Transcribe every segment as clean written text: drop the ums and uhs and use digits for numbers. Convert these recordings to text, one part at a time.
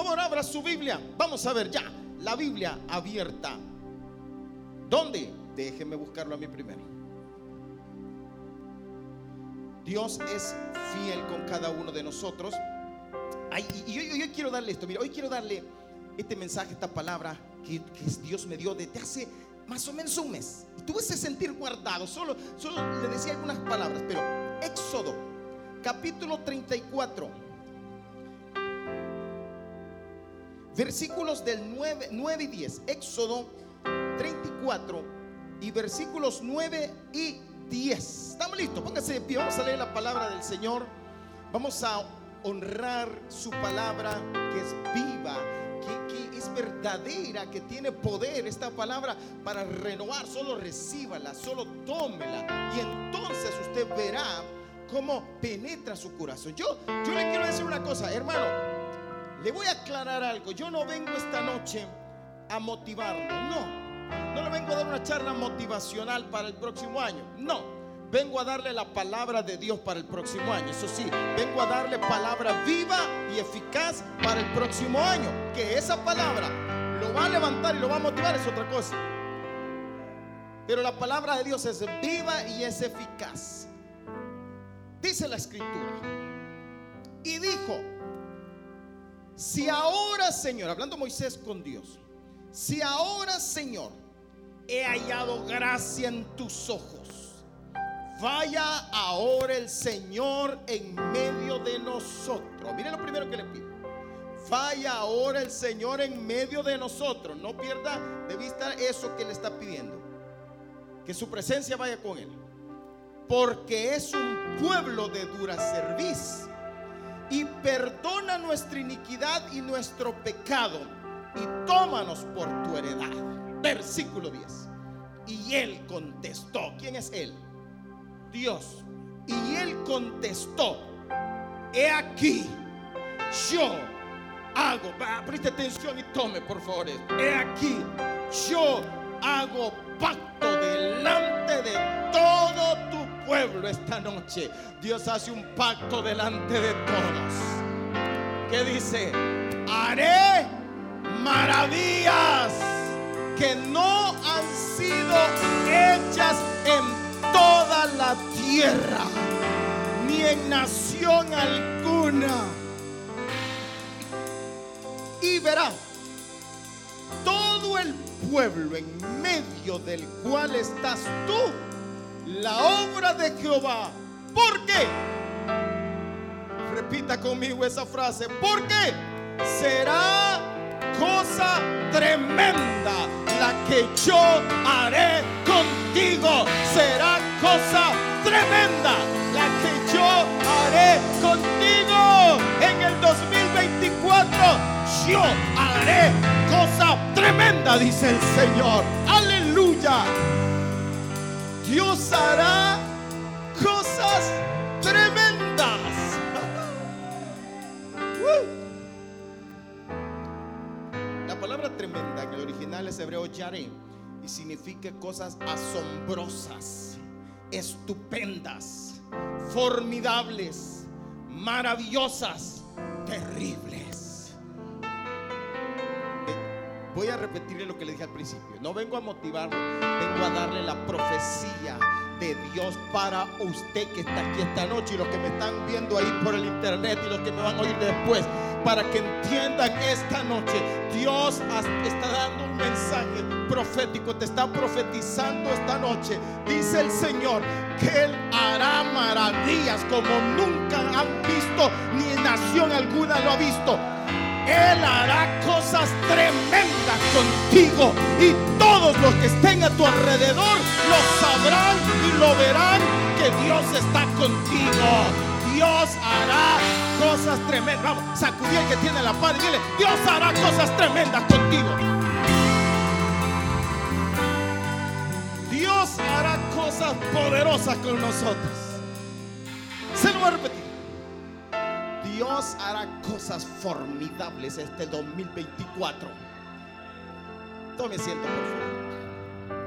favor, abra su Biblia. Vamos a ver ya, la Biblia abierta. ¿Dónde? Déjenme buscarlo a mí primero. Dios es fiel con cada uno de nosotros. Ay, y hoy quiero darle esto. Mira, hoy quiero darle este mensaje, esta palabra que Dios me dio desde hace más o menos un mes. Y tuve ese sentir guardado. Solo le decía algunas palabras. Pero Éxodo capítulo 34, versículos del 9 y 10. Éxodo 34 y versículos 9 y 10. ¿Estamos listos? Pónganse de pie. Vamos a leer la palabra del Señor. Vamos a honrar su palabra, que es viva, que es verdadera, que tiene poder. Esta palabra para renovar. Solo recíbala, solo tómela, y entonces usted verá cómo penetra su corazón. Yo le quiero decir una cosa, hermano. Le voy a aclarar algo. Yo no vengo esta noche a motivarlo. No le vengo a dar una charla motivacional para el próximo año. No, vengo a darle la palabra de Dios para el próximo año. Eso sí, vengo a darle palabra viva y eficaz para el próximo año. Que esa palabra lo va a levantar y lo va a motivar es otra cosa. Pero la palabra de Dios es viva y es eficaz. Dice la escritura: y dijo: si ahora, Señor, hablando Moisés con Dios, si ahora, Señor, he hallado gracia en tus ojos, vaya ahora el Señor en medio de nosotros. Mire lo primero que le pido: vaya ahora el Señor en medio de nosotros. No pierda de vista eso que le está pidiendo, que su presencia vaya con él, porque es un pueblo de dura cerviz, y perdona nuestra iniquidad y nuestro pecado, y tómanos por tu heredad. Versículo 10. Y él contestó. ¿Quién es él? Dios. Y él contestó: he aquí, yo hago, preste atención y tome por favor esto. He aquí, yo hago pacto delante de todo tu pueblo esta noche. Dios hace un pacto delante de todos. ¿Qué dice? Haré maravillas que no han sido hechas en toda la tierra, ni en nación alguna. Y verá todo el pueblo en medio del cual estás tú, la obra de Jehová. ¿Por qué? Repita conmigo esa frase. ¿Por qué? Será cosa tremenda la que yo haré contigo. Será cosa tremenda la que yo haré contigo en el 2024. Yo haré cosa tremenda, dice el Señor. Aleluya. Dios hará cosas tremendas. La palabra tremenda en el original es hebreo yaré, y significa cosas asombrosas, estupendas, formidables, maravillosas, terribles. Voy a repetirle lo que le dije al principio. No vengo a motivarlo, vengo a darle la profecía de Dios para usted que está aquí esta noche, y los que me están viendo ahí por el internet, y los que me van a oír después, para que entiendan esta noche. Dios está dando un mensaje profético, te está profetizando esta noche. Dice el Señor que Él hará maravillas como nunca han visto, ni nación alguna lo ha visto. Él hará cosas tremendas contigo, y todos los que estén a tu alrededor lo sabrán y lo verán, que Dios está contigo. Dios hará cosas tremendas. Vamos, sacudí al que tiene la paz y dile: Dios hará cosas tremendas contigo. Dios hará cosas poderosas con nosotros. Se lo voy a repetir. Dios hará cosas formidables este 2024. Tome asiento, por favor.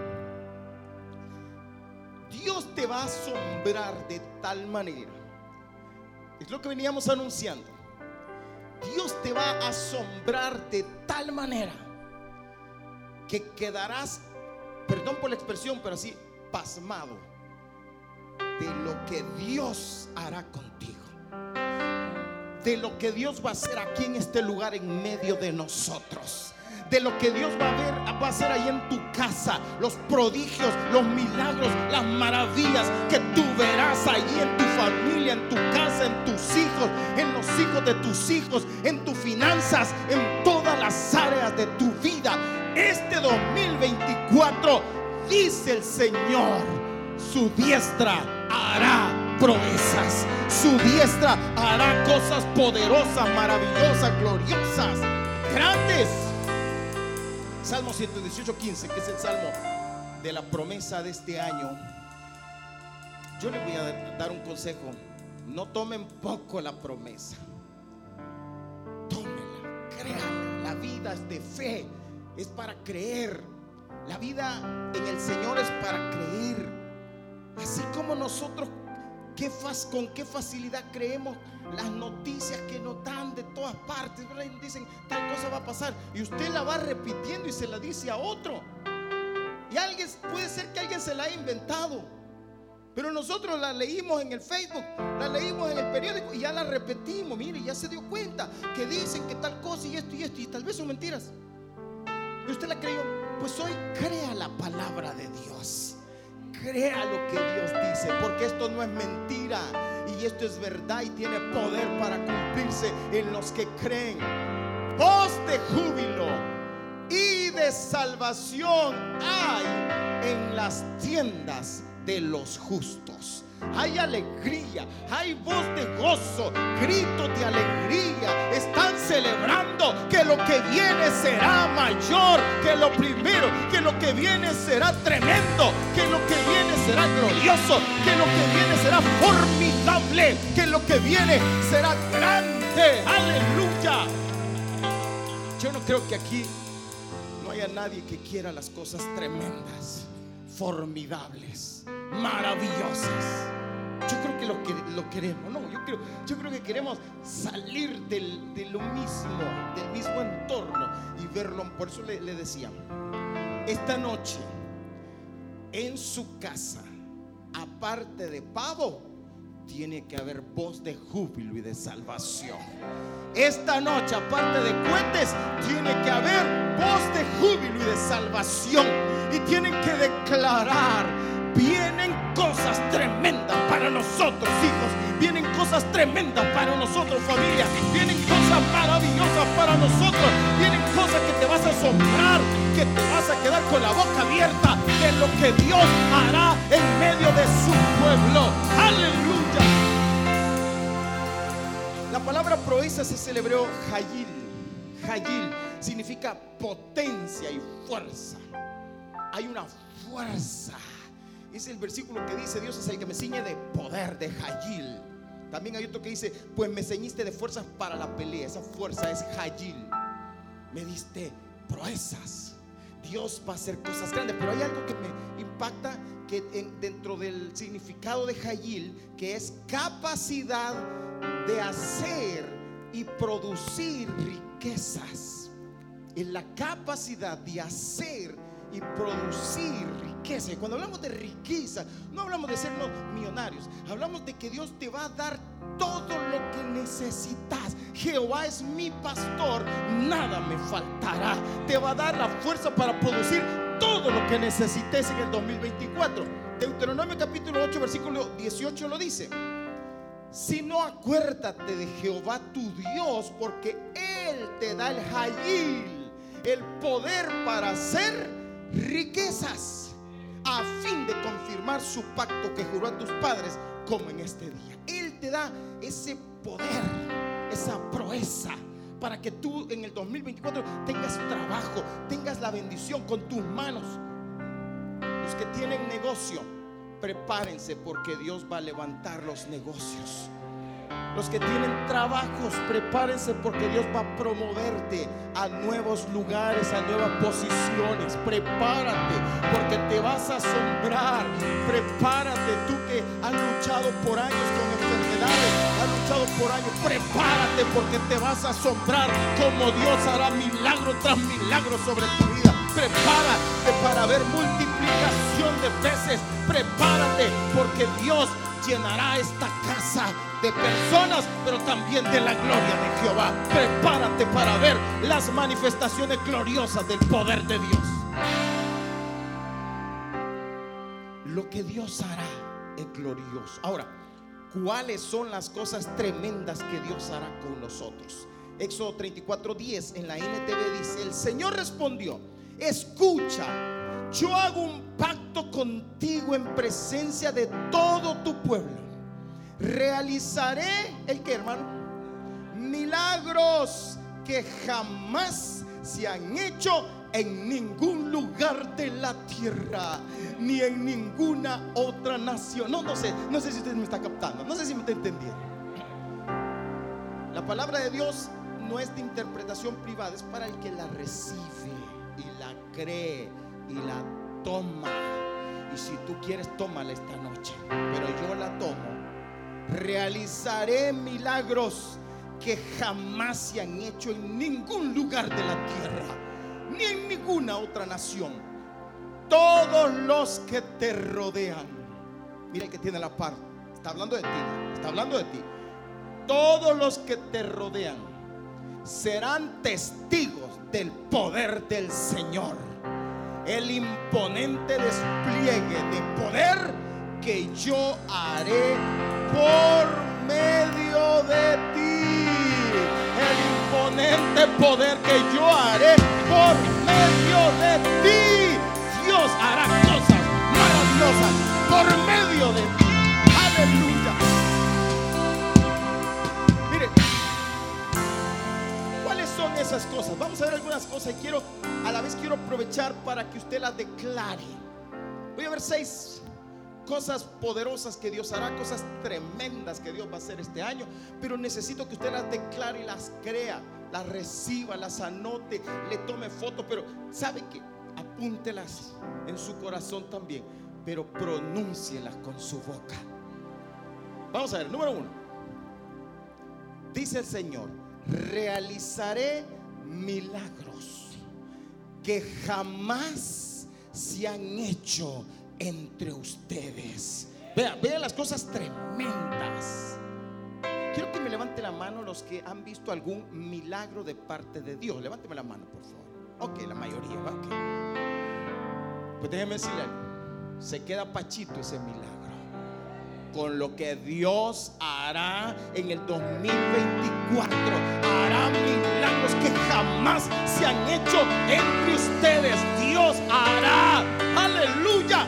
Dios te va a asombrar de tal manera. Es lo que veníamos anunciando. Dios te va a asombrar de tal manera que quedarás, perdón por la expresión, pero así, pasmado de lo que Dios hará contigo, de lo que Dios va a hacer aquí en este lugar en medio de nosotros, de lo que Dios va a hacer ahí en tu casa, los prodigios, los milagros, las maravillas que tú verás allí en tu familia, en tu casa, en tus hijos, en los hijos de tus hijos, en tus finanzas, en todas las áreas de tu vida. Este 2024, dice el Señor, su diestra hará proezas, su diestra hará cosas poderosas, maravillosas, gloriosas, grandes. Salmo 118:15, que es el salmo de la promesa de este año. Yo les voy a dar un consejo: no tomen poco la promesa, tómenla, créanla. La vida es de fe, es para creer. La vida en el Señor es para creer. Así como nosotros con qué facilidad creemos las noticias que nos dan de todas partes, ¿verdad? Y dicen tal cosa va a pasar y usted la va repitiendo y se la dice a otro, y alguien, puede ser que alguien se la haya inventado, pero nosotros la leímos en el Facebook, la leímos en el periódico y ya la repetimos. Mire, ya se dio cuenta que dicen que tal cosa y esto y tal vez son mentiras, y usted la creyó. Pues hoy crea la palabra de Dios, crea lo que Dios dice, porque esto no es mentira y esto es verdad y tiene poder para cumplirse en los que creen. Voz de júbilo y de salvación hay en las tiendas de los justos. Hay alegría, hay voz de gozo, gritos de alegría. Están celebrando que lo que viene será mayor que lo primero, que lo que viene será tremendo, que lo que viene será glorioso, que lo que viene será formidable, que lo que viene será grande. Aleluya. Yo no creo que aquí no haya nadie que quiera las cosas tremendas, formidables, maravillosas. Yo creo que lo queremos, no, yo creo que queremos salir de lo mismo, del mismo entorno y verlo. Por eso le decía, esta noche en su casa, aparte de pavo, tiene que haber voz de júbilo y de salvación. Esta noche, aparte de cohetes, tiene que haber voz de júbilo y de salvación. Y tienen que declarar: vienen cosas tremendas para nosotros, hijos. Vienen cosas tremendas para nosotros, familia. Vienen cosas maravillosas para nosotros. Vienen cosas que te vas a asombrar, que te vas a quedar con la boca abierta de lo que Dios hará en medio de su pueblo. Aleluya. La palabra proeza se celebró Hayil. Hayil significa potencia y fuerza. Hay una fuerza. Es el versículo que dice: Dios es el que me ciñe de poder, de Hayil. También hay otro que dice: pues me ceñiste de fuerzas para la pelea. Esa fuerza es Hayil. Me diste proezas. Dios va a hacer cosas grandes. Pero hay algo que me impacta, que dentro del significado de Hayil, que es capacidad de hacer y producir riquezas. En la capacidad de hacer y producir riqueza. Y cuando hablamos de riqueza, no hablamos de sernos millonarios, hablamos de que Dios te va a dar todo lo que necesitas. Jehová es mi pastor, nada me faltará. Te va a dar la fuerza para producir todo lo que necesites en el 2024. Deuteronomio capítulo 8 versículo 18 lo dice: si no, acuérdate de Jehová tu Dios, porque Él te da el Hayil, el poder para hacer riquezas, a fin de confirmar su pacto que juró a tus padres, como en este día. Él te da ese poder, esa proeza, para que tú en el 2024 tengas trabajo, tengas la bendición con tus manos. Los que tienen negocio, prepárense, porque Dios va a levantar los negocios. Los que tienen trabajos, prepárense, porque Dios va a promoverte a nuevos lugares, a nuevas posiciones. Prepárate, porque te vas a asombrar. Prepárate, tú que has luchado por años con enfermedades, has luchado pasado por años, prepárate porque te vas a asombrar como Dios hará milagro tras milagro sobre tu vida. Prepárate para ver multiplicación de veces. Prepárate porque Dios llenará esta casa de personas, pero también de la gloria de Jehová. Prepárate para ver las manifestaciones gloriosas del poder de Dios. Lo que Dios hará es glorioso. Ahora, ¿cuáles son las cosas tremendas que Dios hará con nosotros? Éxodo 34:10 en la NTV dice: el Señor respondió: escucha, yo hago un pacto contigo en presencia de todo tu pueblo. Realizaré, ¿el qué, hermano? Milagros que jamás se han hecho en ningún lugar de la tierra, ni en ninguna otra nación. No sé si usted me está captando, no sé si me está entendiendo. La palabra de Dios no es de interpretación privada, es para el que la recibe y la cree y la toma. Y si tú quieres, tómala esta noche, pero yo la tomo. Realizaré milagros que jamás se han hecho en ningún lugar de la tierra, ni en ninguna otra nación. Todos los que te rodean, mira el que tiene la par, está hablando de ti, está hablando de ti. Todos los que te rodean serán testigos del poder del Señor, el imponente despliegue de poder que yo haré por medio de ti. El imponente poder que yo haré por medio de ti. Dios hará cosas maravillosas por medio de ti. Aleluya. Mire, ¿cuáles son esas cosas? Vamos a ver algunas cosas y a la vez quiero aprovechar para que usted las declare. Voy a ver 6 cosas poderosas que Dios hará, cosas tremendas que Dios va a hacer este año, pero necesito que usted las declare y las crea, las reciba, las anote, le tome foto, pero ¿sabe qué? Apúntelas en su corazón también, pero pronúncielas con su boca. Vamos a ver, número 1. Dice el Señor: realizaré milagros que jamás se han hecho entre ustedes. Vean las cosas tremendas. Quiero que me levante la mano los que han visto algún milagro de parte de Dios. Levánteme la mano, por favor. Ok, la mayoría, ok. Pues déjeme decirle algo. Se queda pachito ese milagro con lo que Dios hará en el 2024. Hará milagros que jamás se han hecho entre ustedes. Dios hará. Aleluya.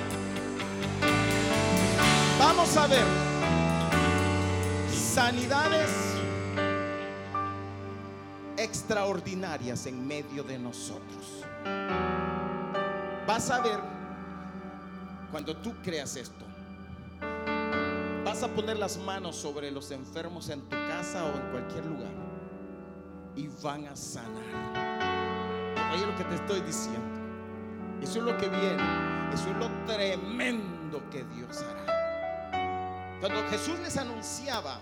Vamos a ver sanidades extraordinarias en medio de nosotros. Vas a ver, cuando tú creas esto, vas a poner las manos sobre los enfermos en tu casa o en cualquier lugar y van a sanar. Oye lo que te estoy diciendo. Eso es lo que viene. Eso es lo tremendo que Dios hará. Cuando Jesús les anunciaba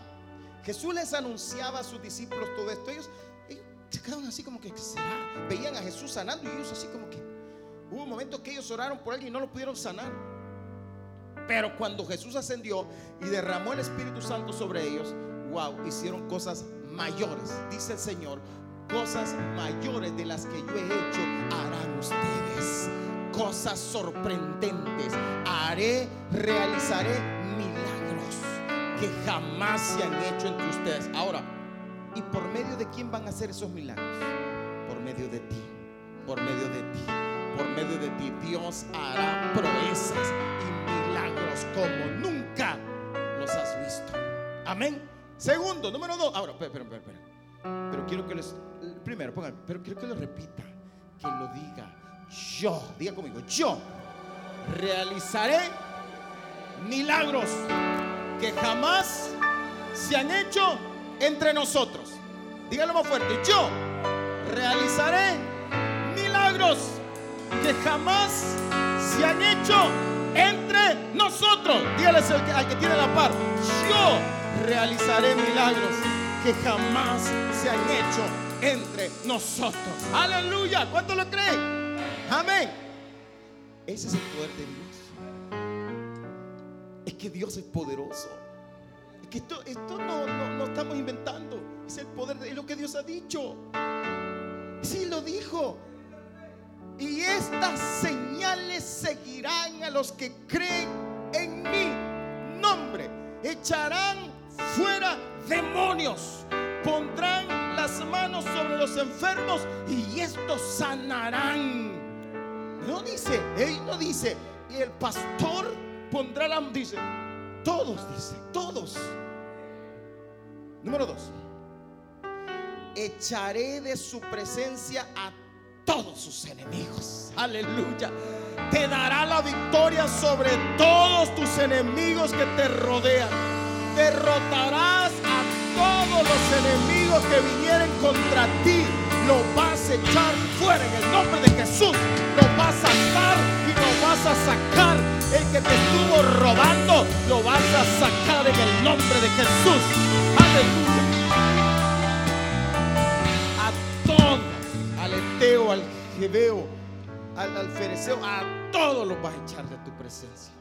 a sus discípulos todo esto, ellos se quedaron así como que, ¿qué será? Veían a Jesús sanando y ellos así como que, hubo un momento que ellos oraron por alguien y no lo pudieron sanar. Pero cuando Jesús ascendió y derramó el Espíritu Santo sobre ellos, wow, hicieron cosas mayores. Dice el Señor: cosas mayores de las que yo he hecho harán ustedes. Cosas sorprendentes realizaré milagros que jamás se han hecho entre ustedes. Ahora, ¿y por medio de quién van a hacer esos milagros? Por medio de ti, por medio de ti, por medio de ti. Dios hará proezas y milagros como nunca los has visto. Amén. Segundo, número 2. Ahora, espera. Pero quiero que primero pongan, pero quiero que lo repita, que lo diga. Diga conmigo: yo realizaré milagros que jamás se han hecho entre nosotros. Dígalo más fuerte: yo realizaré milagros que jamás se han hecho entre nosotros. Dígales al que tiene la par: yo realizaré milagros que jamás se han hecho entre nosotros. Aleluya. ¿Cuánto lo creen? Amén. Ese es el poder de Dios. Es que Dios es poderoso. Es que esto no estamos inventando. Es el poder de lo que Dios ha dicho. Sí, lo dijo. Y estas señales seguirán a los que creen en mi nombre. Echarán fuera demonios, pondrán las manos sobre los enfermos y estos sanarán. No dice, él no dice, y el pastor pondrá la, dice, todos. Número 2. Echaré de su presencia a todos sus enemigos. Aleluya. Te dará la victoria sobre todos tus enemigos que te rodean. Derrotarás a todos los enemigos que vinieren contra ti. Lo vas a echar fuera en el nombre de Jesús. Lo vas a atar y lo vas a sacar. El que te estuvo robando, lo vas a sacar en el nombre de Jesús. Aleluya. A todos, al eteo, al jebeo, al fereceo, a todos los vas a echar de tu presencia.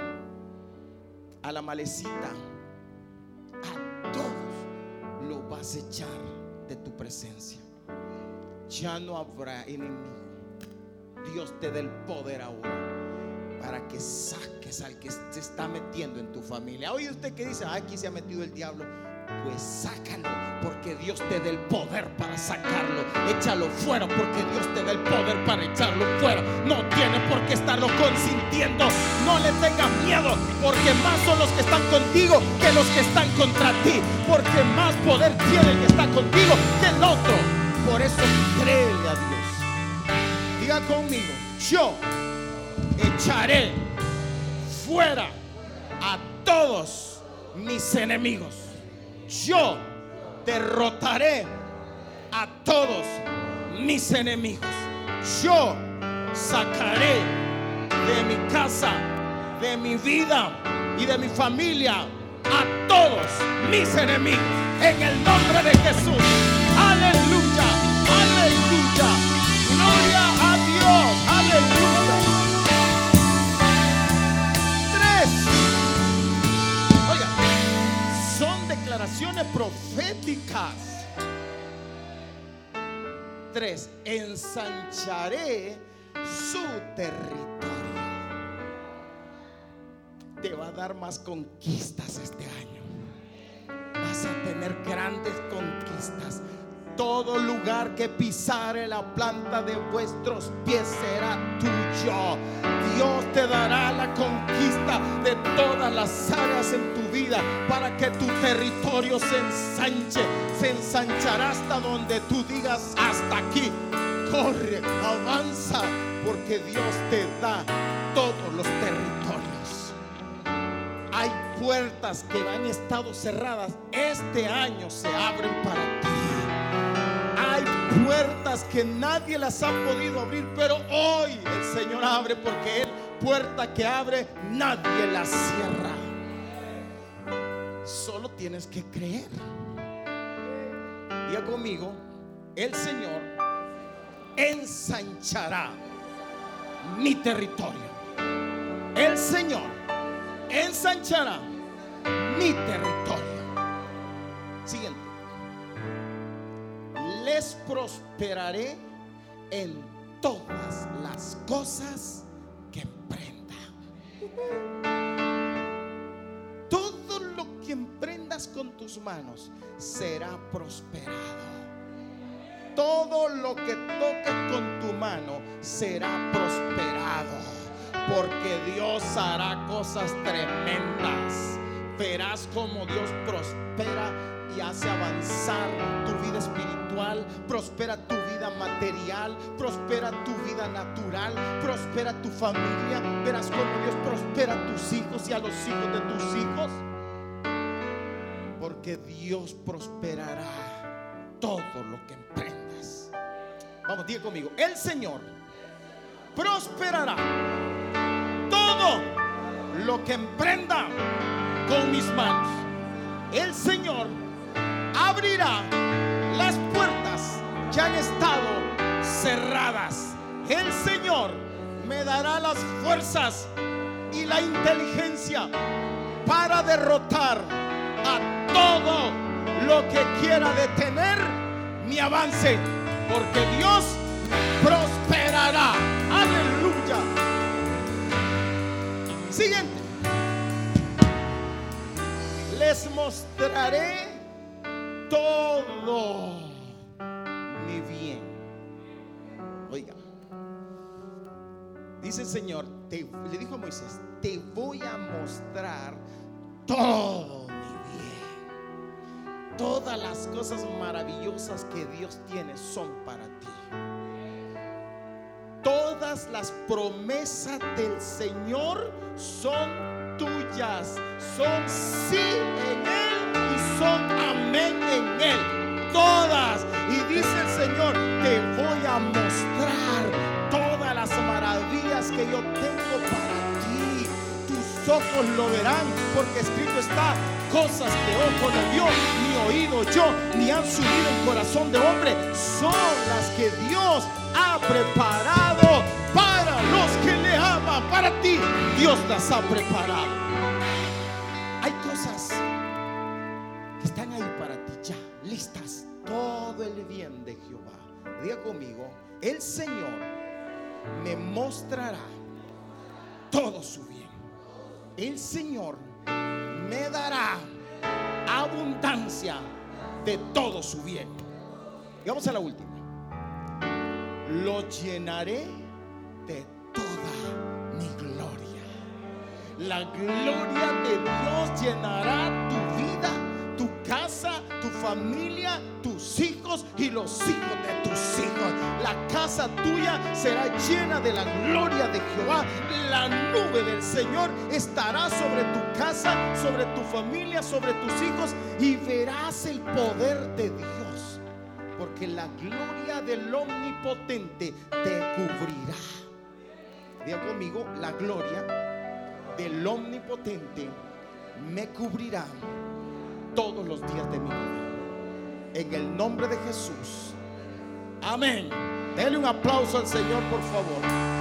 A la malecita, a todos los vas a echar de tu presencia. Ya no habrá enemigo. Dios te da el poder ahora para que saques al que se está metiendo en tu familia. Oye, usted que dice, aquí se ha metido el diablo. Pues sácalo, porque Dios te da el poder para sacarlo. Échalo fuera, porque Dios te da el poder para echarlo fuera. No tiene por qué estarlo consintiendo. No le tengas miedo, porque más son los que están contigo que los que están contra ti. Porque más poder tiene el que está contigo que el otro. Por eso créele a Dios. Diga conmigo, yo echaré fuera a todos mis enemigos. Yo derrotaré a todos mis enemigos. Yo sacaré de mi casa, de mi vida y de mi familia a todos mis enemigos. En el nombre de Jesús. Aleluya, aleluya. Gloria a Dios. Aleluya. 3. Oiga, son declaraciones proféticas. 3. Ensancharé su territorio. Te va a dar más conquistas este año. Vas a tener grandes conquistas. Todo lugar que pisare la planta de vuestros pies será tuyo. Dios te dará la conquista de todas las áreas en tu vida para que tu territorio se ensanche. Se ensanchará hasta donde tú digas hasta aquí. Corre, avanza, porque Dios te da todos los territorios. Hay puertas que han estado cerradas. Este año se abren para ti. Hay puertas que nadie las ha podido abrir, pero hoy el Señor abre, porque Él, puerta que abre, nadie la cierra. Solo tienes que creer. Diga conmigo, el Señor ensanchará mi territorio. El Señor ensanchará mi territorio. Siguiente. Les prosperaré en todas las cosas que emprenda. Todo lo que emprendas con tus manos será prosperado. Todo lo que toques con tu mano será prosperado, porque Dios hará cosas tremendas. Verás cómo Dios prospera y hace avanzar tu vida espiritual, prospera tu vida material, prospera tu vida natural, prospera tu familia. Verás cómo Dios prospera a tus hijos y a los hijos de tus hijos, porque Dios prosperará todo lo que emprendas. Vamos, diga conmigo, el Señor prosperará todo lo que emprenda con mis manos. el Señor abrirá las puertas que han estado cerradas. El Señor me dará las fuerzas y la inteligencia para derrotar a todo lo que quiera detener mi avance, porque Dios prosperará. Aleluya. Siguiente. Les mostraré todo mi bien. Oiga, dice el Señor, le dijo a Moisés: te voy a mostrar todo mi bien. Todas las cosas maravillosas que Dios tiene son para ti. Todas las promesas del Señor son tuyas. Son sí en Él y son amén en Él. Todas. Y dice el Señor: te voy a mostrar todas las maravillas que yo tengo para ti. Tus ojos lo verán, porque escrito está: cosas que ojo no vio, ni oído yo, ni han subido en corazón de hombre, son las que Dios ha preparado para los que le aman. Para ti Dios las ha preparado. Hay cosas que están ahí para ti ya listas. Todo el bien de Jehová. Diga conmigo: el Señor me mostrará todo su bien. El Señor me dará abundancia de todo su bien. Y vamos a la última. Lo llenaré de toda mi gloria. La gloria de Dios llenará tu vida, tu casa, tu familia, tus hijos y los hijos de tus hijos. La casa tuya será llena de la gloria de Jehová. La nube del Señor estará sobre tu casa, sobre tu familia, sobre tus hijos, y verás el poder de Dios, porque la gloria del Omnipotente te cubrirá. Diga conmigo: la gloria del Omnipotente me cubrirá todos los días de mi vida, en el nombre de Jesús. Amén. Denle un aplauso al Señor, por favor.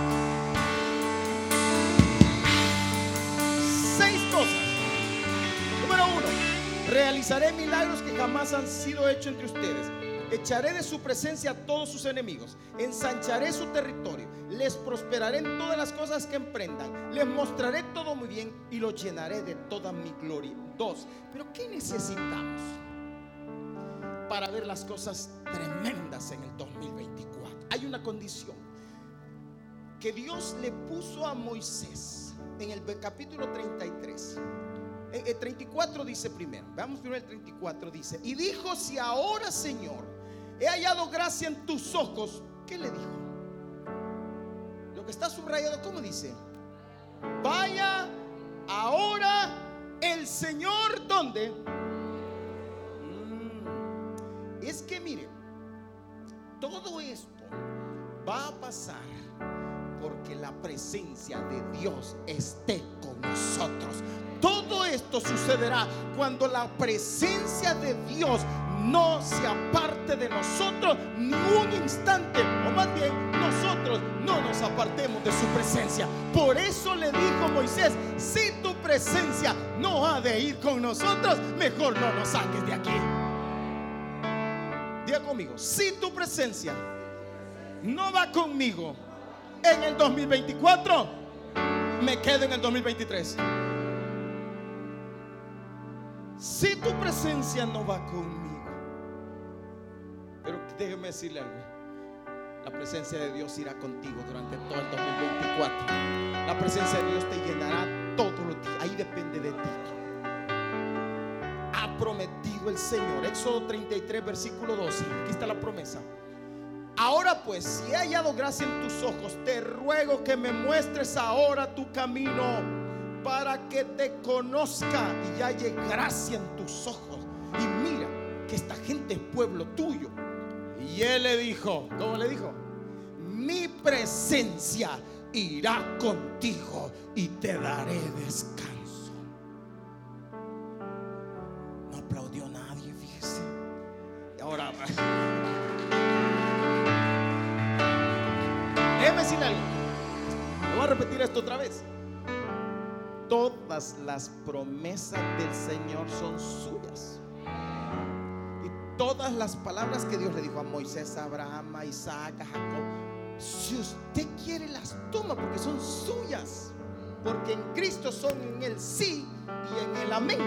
6 cosas. Número 1: realizaré milagros que jamás han sido hechos entre ustedes. Echaré de su presencia a todos sus enemigos. Ensancharé su territorio. Les prosperaré en todas las cosas que emprendan. Les mostraré todo muy bien y los llenaré de toda mi gloria. 2. Pero ¿qué necesitamos para ver las cosas tremendas en el 2024? Hay una condición que Dios le puso a Moisés en el capítulo 33. El 34 dice primero. Veamos primero el 34. Dice: y dijo: si ahora, Señor, he hallado gracia en tus ojos. ¿Qué le dijo? Lo que está subrayado, ¿cómo dice? Vaya ahora el Señor, ¿dónde? Es que mire, todo esto va a pasar porque la presencia de Dios esté con nosotros. Todo esto sucederá cuando la presencia de Dios no se aparte de nosotros ni un instante, o más bien nosotros no nos apartemos de su presencia. Por eso le dijo Moisés: si tu presencia no ha de ir con nosotros, mejor no nos saques de aquí. Diga conmigo: si tu presencia no va conmigo en el 2024, me quedo en el 2023. Si tu presencia no va conmigo. Pero déjeme decirle algo: la presencia de Dios irá contigo durante todo el 2024. La presencia de Dios te llenará todos los días. Ahí depende de ti. Ha prometido el Señor. Éxodo 33 versículo 12. Aquí está la promesa: ahora pues, si he hallado gracia en tus ojos, te ruego que me muestres ahora tu camino, para que te conozca y halle gracia en tus ojos. Y mira que esta gente es pueblo tuyo. Y él le dijo, ¿cómo le dijo? Mi presencia irá contigo y te daré descanso. No Déjeme decirle algo. Le voy a repetir esto otra vez. Todas las promesas del Señor son suyas. Y todas las palabras que Dios le dijo a Moisés, a Abraham, a Isaac, a Jacob, si usted quiere las toma, porque son suyas. Porque en Cristo son en el sí y en el amén.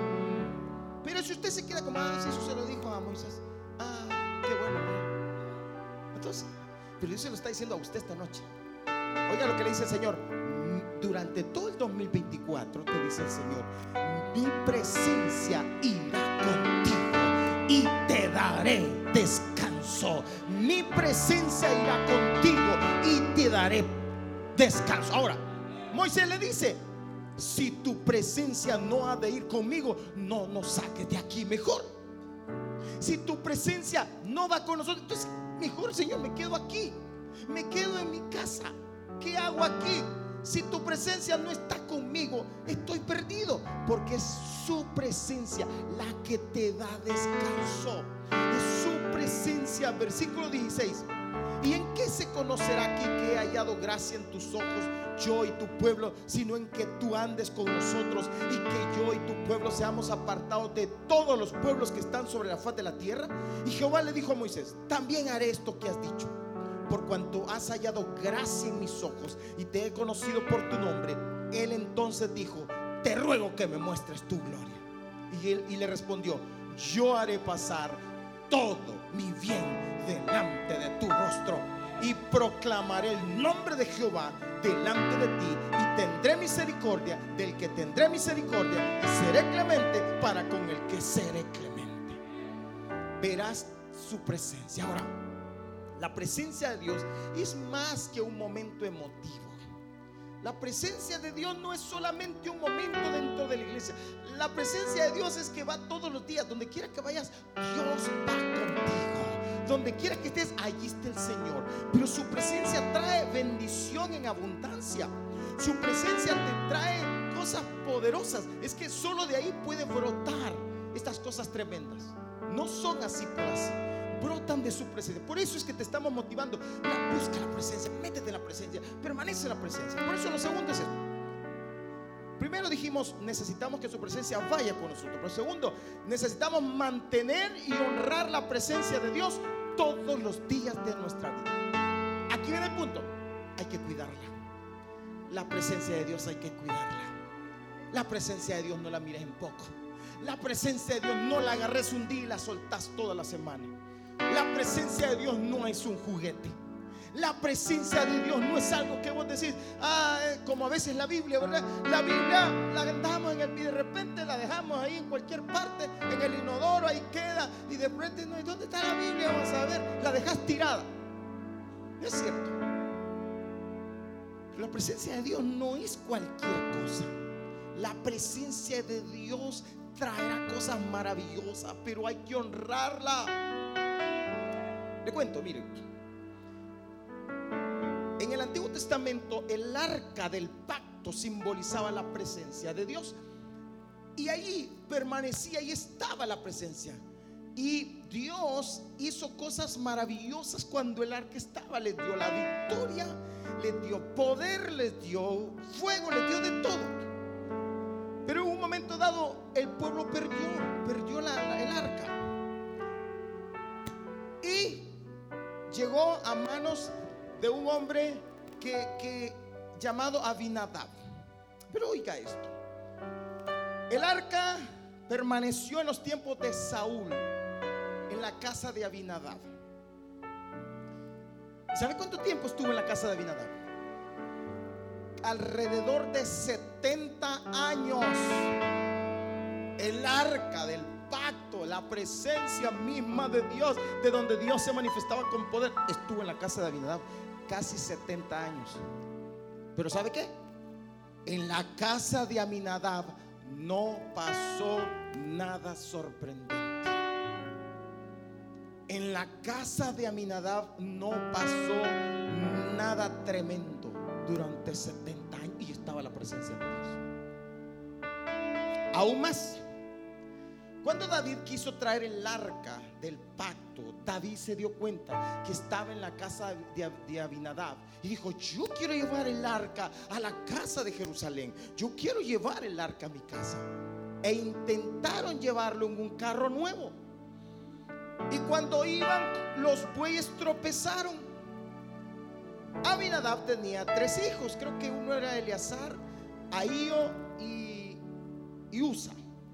Pero si usted se queda como, si eso se lo dijo a Moisés, qué bueno. Entonces, pero Dios se lo está diciendo a usted esta noche. Oiga lo que le dice el Señor. Durante todo el 2024, te dice el Señor, mi presencia irá contigo y te daré descanso. Mi presencia irá contigo y te daré descanso. Ahora, Moisés le dice, si tu presencia no ha de ir conmigo, no nos saques de aquí mejor. Si tu presencia no va con nosotros, entonces mejor, Señor, me quedo aquí. Me quedo en mi casa. ¿Qué hago aquí? Si tu presencia no está conmigo, estoy perdido. Porque es su presencia la que te da descanso. Es su presencia. Versículo 16. ¿Y en qué se conocerá aquí que he hallado gracia en tus ojos, yo y tu pueblo, sino en que tú andes con nosotros y que yo y tu pueblo seamos apartados de todos los pueblos que están sobre la faz de la tierra? Y Jehová le dijo a Moisés, también haré esto que has dicho, por cuanto has hallado gracia en mis ojos y te he conocido por tu nombre. Él entonces dijo, te ruego que me muestres tu gloria. Y le respondió, yo haré pasar todo mi bien delante de tu rostro y proclamaré el nombre de Jehová delante de ti y tendré misericordia del que tendré misericordia y seré clemente para con el que seré clemente. Verás su presencia. Ahora, la presencia de Dios es más que un momento emotivo. La presencia de Dios no es solamente un momento dentro de la iglesia. La presencia de Dios es que va todos los días. Donde quiera que vayas, Dios va contigo. Donde quiera que estés, allí está el Señor. Pero su presencia trae bendición en abundancia. Su presencia te trae cosas poderosas. Es que solo de ahí puede brotar estas cosas tremendas. No son así por así, brotan de su presencia. Por eso es que te estamos motivando. Mira, busca la presencia, métete en la presencia, permanece en la presencia. Por eso lo segundo es esto. Primero dijimos, necesitamos que su presencia vaya con nosotros. Pero segundo, necesitamos mantener y honrar la presencia de Dios todos los días de nuestra vida. Aquí viene el punto. Hay que cuidarla. La presencia de Dios hay que cuidarla. La presencia de Dios no la mires en poco. La presencia de Dios no la agarres un día y la soltás toda la semana. La presencia de Dios no es un juguete. La presencia de Dios no es algo que vos decís, como a veces la Biblia, ¿verdad? La Biblia la dejamos en el, y de repente la dejamos ahí en cualquier parte, en el inodoro, ahí queda. Y de repente, no, ¿dónde está la Biblia? Vamos a ver, la dejas tirada. No es cierto. La presencia de Dios no es cualquier cosa. La presencia de Dios traerá cosas maravillosas, pero hay que honrarla. Le cuento, miren. En el Antiguo Testamento, el arca del pacto simbolizaba la presencia de Dios. Y allí permanecía y estaba la presencia. Y Dios hizo cosas maravillosas cuando el arca estaba. Les dio la victoria, les dio poder, les dio fuego, les dio de todo. Pero en un momento dado el pueblo perdió el arca. Y llegó a manos de un hombre que llamado Abinadab. Pero oiga esto. El arca permaneció en los tiempos de Saúl en la casa de Abinadab. ¿Sabe cuánto tiempo estuvo en la casa de Abinadab? Alrededor de 70 años. El arca del pacto, la presencia misma de Dios, de donde Dios se manifestaba con poder, estuvo en la casa de Abinadab casi 70 años. Pero ¿sabe qué? En la casa de Abinadab no pasó nada sorprendente. En la casa de Abinadab no pasó nada tremendo durante 70 años y estaba la presencia de Dios. Aún más, cuando David quiso traer el arca del pacto rato David se dio cuenta que estaba en la casa de Abinadab y dijo: yo quiero llevar el arca a la casa de Jerusalén, yo quiero llevar el arca a mi casa. E intentaron llevarlo en un carro nuevo, y cuando iban, los bueyes tropezaron. Abinadab tenía 3 hijos, creo que uno era Eleazar, Ahío y Usa.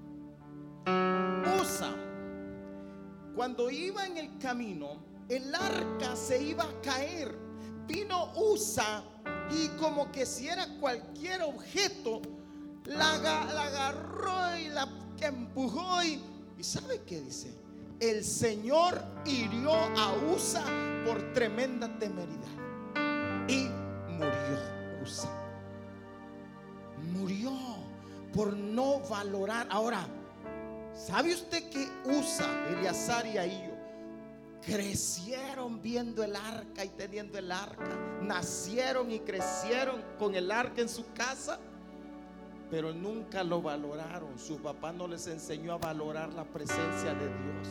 Cuando iba en el camino, el arca se iba a caer. Vino Usa y, como que si era cualquier objeto, la agarró y la empujó. Y ¿sabe qué dice? El Señor hirió a Usa por tremenda temeridad y murió Usa. Murió por no valorar. Ahora, ¿sabe usted que Usa, Eleazar y Ahío crecieron viendo el arca y teniendo el arca? Nacieron y crecieron con el arca en su casa, pero nunca lo valoraron. Su papá no les enseñó a valorar la presencia de Dios.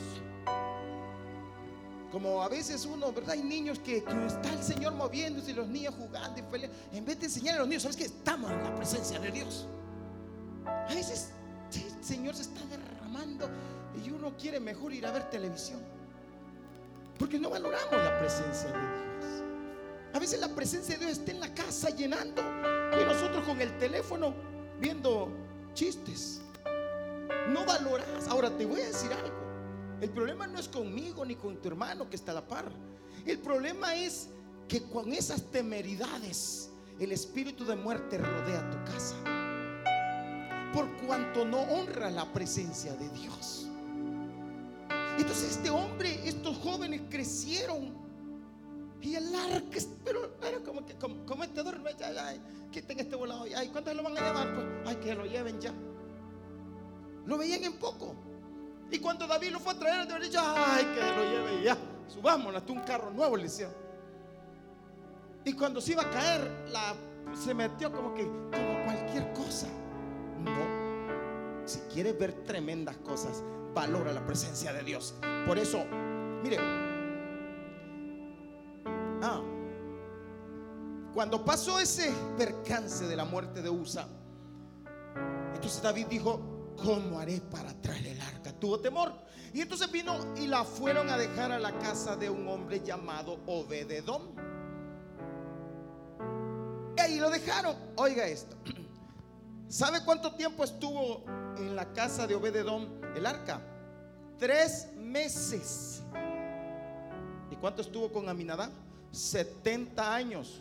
Como a veces uno, ¿verdad? Hay niños que está el Señor moviéndose y los niños jugando y feliz. En vez de enseñar a los niños, ¿sabes qué? Estamos en la presencia de Dios. A veces el Señor se está derramando y uno quiere mejor ir a ver televisión, porque no valoramos la presencia de Dios. A veces la presencia de Dios está en la casa llenando, y nosotros con el teléfono viendo chistes. No valoras. Ahora te voy a decir algo. El problema no es conmigo ni con tu hermano que está a la par. El problema es que con esas temeridades el espíritu de muerte rodea tu casa, por cuanto no honra la presencia de Dios. Entonces este hombre, estos jóvenes crecieron, y el arca, pero era como que como este duerme, ay, quiten este volado, ay, ¿cuántos lo van a llevar? Pues, ay, que lo lleven ya. Lo veían en poco. Y cuando David lo fue a traer, le dijo: ay, que lo lleve ya, subámonos, hasta un carro nuevo, le decía. Y cuando se iba a caer, se metió como cualquier cosa. No, si quieres ver tremendas cosas, valora la presencia de Dios. Por eso, mire, cuando pasó ese percance de la muerte de Usa, entonces David dijo: ¿cómo haré para traer el arca? Tuvo temor. Y entonces vino y la fueron a dejar a la casa de un hombre llamado Obed-edom. Y ahí lo dejaron. Oiga esto. ¿Sabe cuánto tiempo estuvo en la casa de Obed-edom el arca? 3 meses. ¿Y cuánto estuvo con Aminadab? 70 años.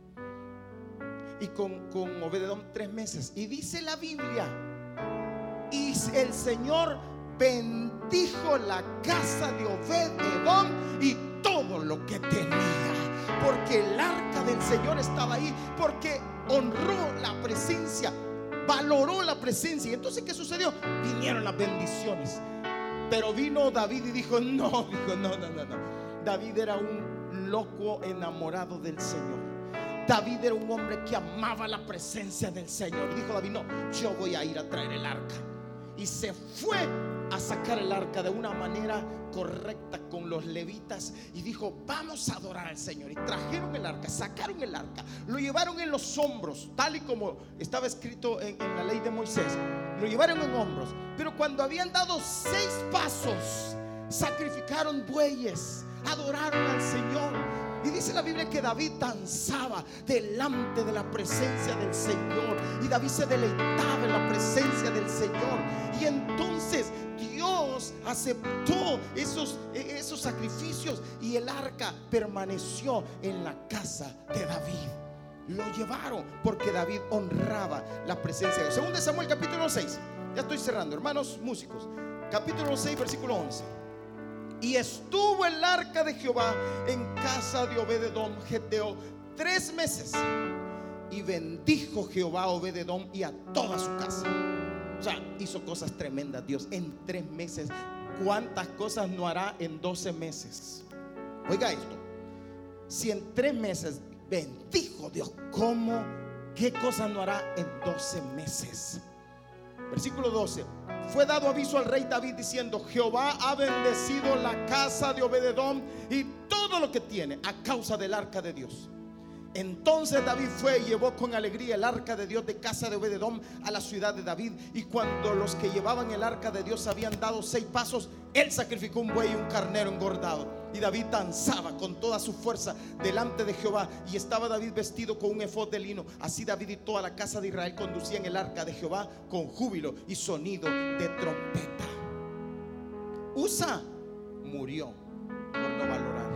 Y con Obed-edom 3 meses. Y dice la Biblia: y el Señor bendijo la casa de Obed-edom y todo lo que tenía, porque el arca del Señor estaba ahí, porque honró la presencia, valoró la presencia. Y entonces, ¿qué sucedió? Vinieron las bendiciones. Pero vino David y dijo: no. David era un loco enamorado del Señor. David era un hombre que amaba la presencia del Señor. Dijo David: no, yo voy a ir a traer el arca. Y se fue a sacar el arca de una manera correcta con los levitas, y dijo: vamos a adorar al Señor. Y trajeron el arca, sacaron el arca, lo llevaron en los hombros, tal y como estaba escrito en la ley de Moisés. Lo llevaron en hombros. Pero cuando habían dado 6 pasos, sacrificaron bueyes, adoraron al Señor. Y dice la Biblia que David danzaba delante de la presencia del Señor, y David se deleitaba en la presencia del Señor. Y entonces Dios aceptó esos sacrificios, y el arca permaneció en la casa de David. Lo llevaron porque David honraba la presencia de Dios. 2 Samuel capítulo 6. Ya estoy cerrando, hermanos músicos. Capítulo 6, versículo 11. Y estuvo el arca de Jehová en casa de Obed-edom geteo 3 meses. Y bendijo Jehová a Obed-edom y a toda su casa. O sea, hizo cosas tremendas Dios en 3 meses. ¿Cuántas cosas no hará en 12 meses? Oiga esto. Si en 3 meses bendijo Dios, ¿qué cosas no hará en 12 meses? Versículo 12. fue dado aviso al rey David diciendo: Jehová ha bendecido la casa de Obed-edom y todo lo que tiene a causa del arca de Dios. Entonces David fue y llevó con alegría el arca de Dios de casa de Obed-edom a la ciudad de David. Y cuando los que llevaban el arca de Dios habían dado 6 pasos, él sacrificó un buey y un carnero engordado. Y David danzaba con toda su fuerza delante de Jehová. Y estaba David vestido con un efod de lino. Así David y toda la casa de Israel conducían el arca de Jehová con júbilo y sonido de trompeta. Usa murió por no valorar.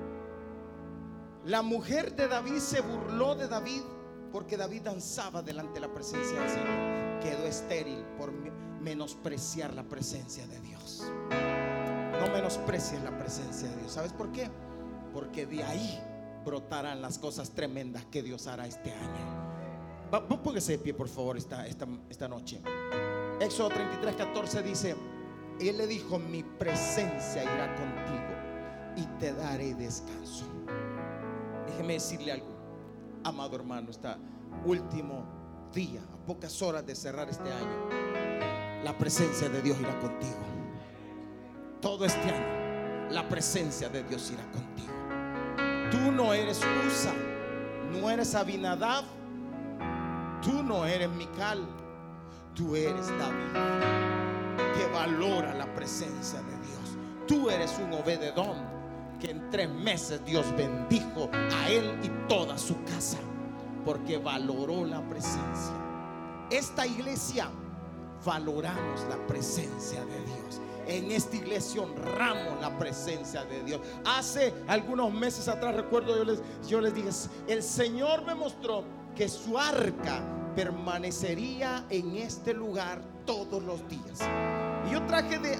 La mujer de David se burló de David porque David danzaba delante de la presencia del Señor. Quedó estéril por menospreciar la presencia de Dios. No menosprecies la presencia de Dios. ¿Sabes por qué? Porque de ahí brotarán las cosas tremendas que Dios hará este año. Póngase de pie, por favor, esta noche. Éxodo 33:14 dice: Él le dijo: mi presencia irá contigo y te daré descanso. Déjeme decirle algo, amado hermano, este último día, a pocas horas de cerrar este año, la presencia de Dios irá contigo. Todo este año, la presencia de Dios irá contigo. Tú no eres Usa, no eres Abinadab, tú no eres Mical, tú eres David, que valora la presencia de Dios. Tú eres un Obed-edom, que en 3 meses Dios bendijo a él y toda su casa, porque valoró la presencia. Esta iglesia valoramos la presencia de Dios. En esta iglesia honramos la presencia de Dios. Hace algunos meses atrás, recuerdo, yo les dije: el Señor me mostró que su arca permanecería en este lugar todos los días. Y yo traje de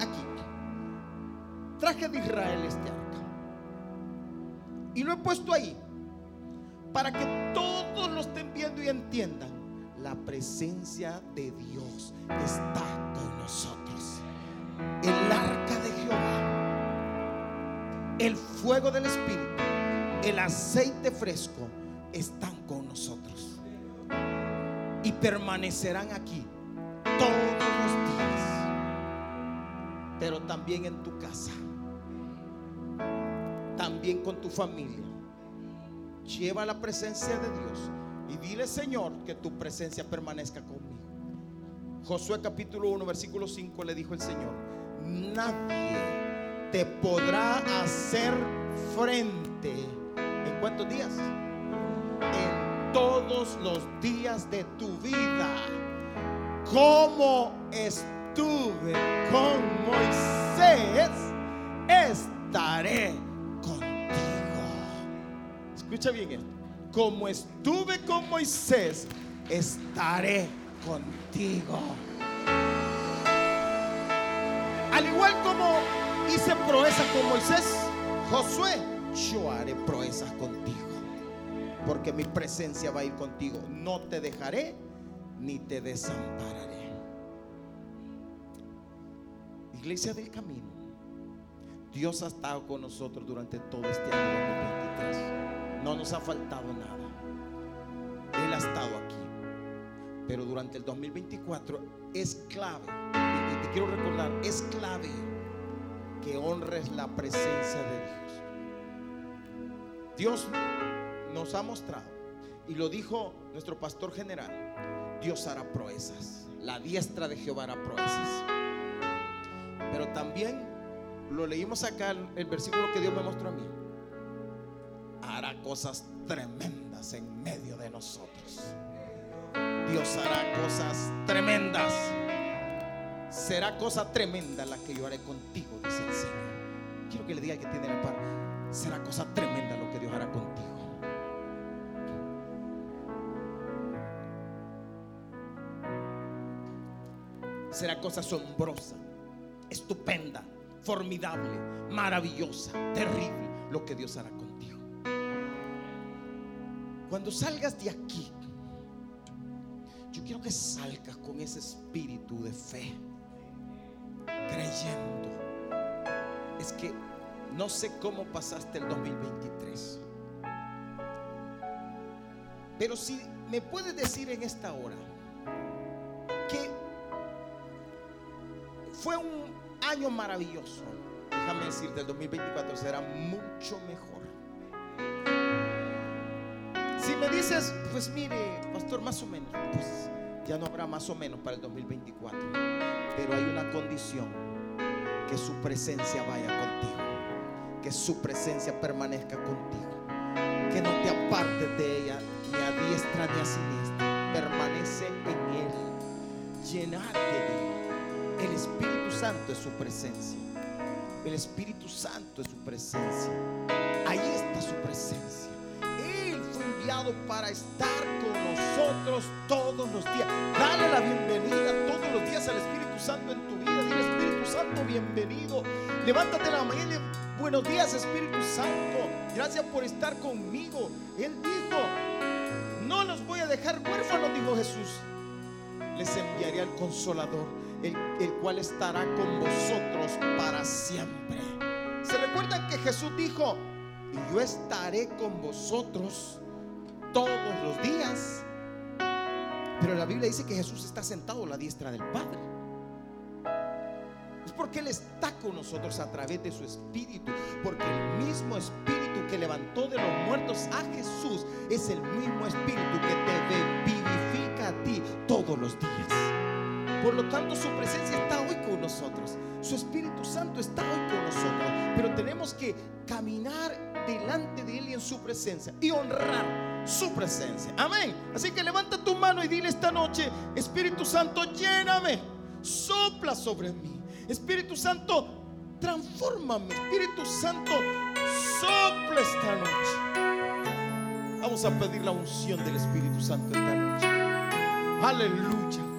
Israel este arca y lo he puesto ahí para que todos lo estén viendo y entiendan: la presencia de Dios está con nosotros. El arca de Jehová, el fuego del Espíritu, el aceite fresco están con nosotros y permanecerán aquí todos los días, pero también en tu casa, también con tu familia. Lleva la presencia de Dios y dile: Señor, que tu presencia permanezca conmigo. Josué capítulo 1 versículo 5 le dijo el Señor: nadie te podrá hacer frente. ¿En cuántos días? En todos los días de tu vida. Como estuve con Moisés, estaré contigo. Escucha bien esto: como estuve con Moisés, estaré contigo. Al igual como hice proezas con Moisés, Josué, yo haré proezas contigo, porque mi presencia va a ir contigo. No te dejaré ni te desampararé. Iglesia del Camino, Dios ha estado con nosotros durante todo este año 2023. No nos ha faltado nada. Él ha estado aquí. Pero durante el 2024 es clave, y te quiero recordar, es clave que honres la presencia de Dios. Dios nos ha mostrado, y lo dijo nuestro pastor general: Dios hará proezas. La diestra de Jehová hará proezas. Pero también lo leímos acá, el versículo que Dios me mostró a mí: hará cosas tremendas en medio de nosotros. Dios hará cosas tremendas. Será cosa tremenda la que yo haré contigo, dice el Señor. Quiero que le diga al que tiene la par: será cosa tremenda lo que Dios hará contigo. Será cosa asombrosa, estupenda, formidable, maravillosa, terrible lo que Dios hará contigo. Cuando salgas de aquí, yo quiero que salgas con ese espíritu de fe, creyendo. Es que no sé cómo pasaste el 2023, pero si me puedes decir en esta hora que fue un año maravilloso. Déjame decirte, el 2024 será mucho mejor. Si me dices, pues mire, pastor, más o menos, pues ya no habrá más o menos para el 2024. Pero hay una condición: que su presencia vaya contigo, que su presencia permanezca contigo, que no te apartes de ella ni a diestra ni a siniestra. Permanece en Él, llenarte de Él. El Espíritu Santo es su presencia. El Espíritu Santo es su presencia. Ahí está su presencia. Él fue enviado para estar con nosotros todos los días. Dale la bienvenida todos los días al Espíritu Santo en tu vida. Dile: Espíritu Santo, bienvenido. Levántate en la mañana y dile: buenos días, Espíritu Santo, gracias por estar conmigo. Él dijo: no los voy a dejar huérfanos, dijo Jesús. Les enviaré al Consolador, el cual estará con vosotros para siempre. ¿Se recuerdan que Jesús dijo: y yo estaré con vosotros todos los días? Pero la Biblia dice que Jesús está sentado a la diestra del Padre. Es porque Él está con nosotros a través de su Espíritu. Porque el mismo Espíritu que levantó de los muertos a Jesús es el mismo Espíritu que te vivifica a ti todos los días. Por lo tanto, su presencia está hoy con nosotros. Su Espíritu Santo está hoy con nosotros. Pero tenemos que caminar delante de Él y en su presencia y honrar su presencia. Amén. Así que levanta tu mano y dile esta noche: Espíritu Santo, lléname, sopla sobre mí. Espíritu Santo, transfórmame. Espíritu Santo, sopla esta noche. Vamos a pedir la unción del Espíritu Santo esta noche. Aleluya.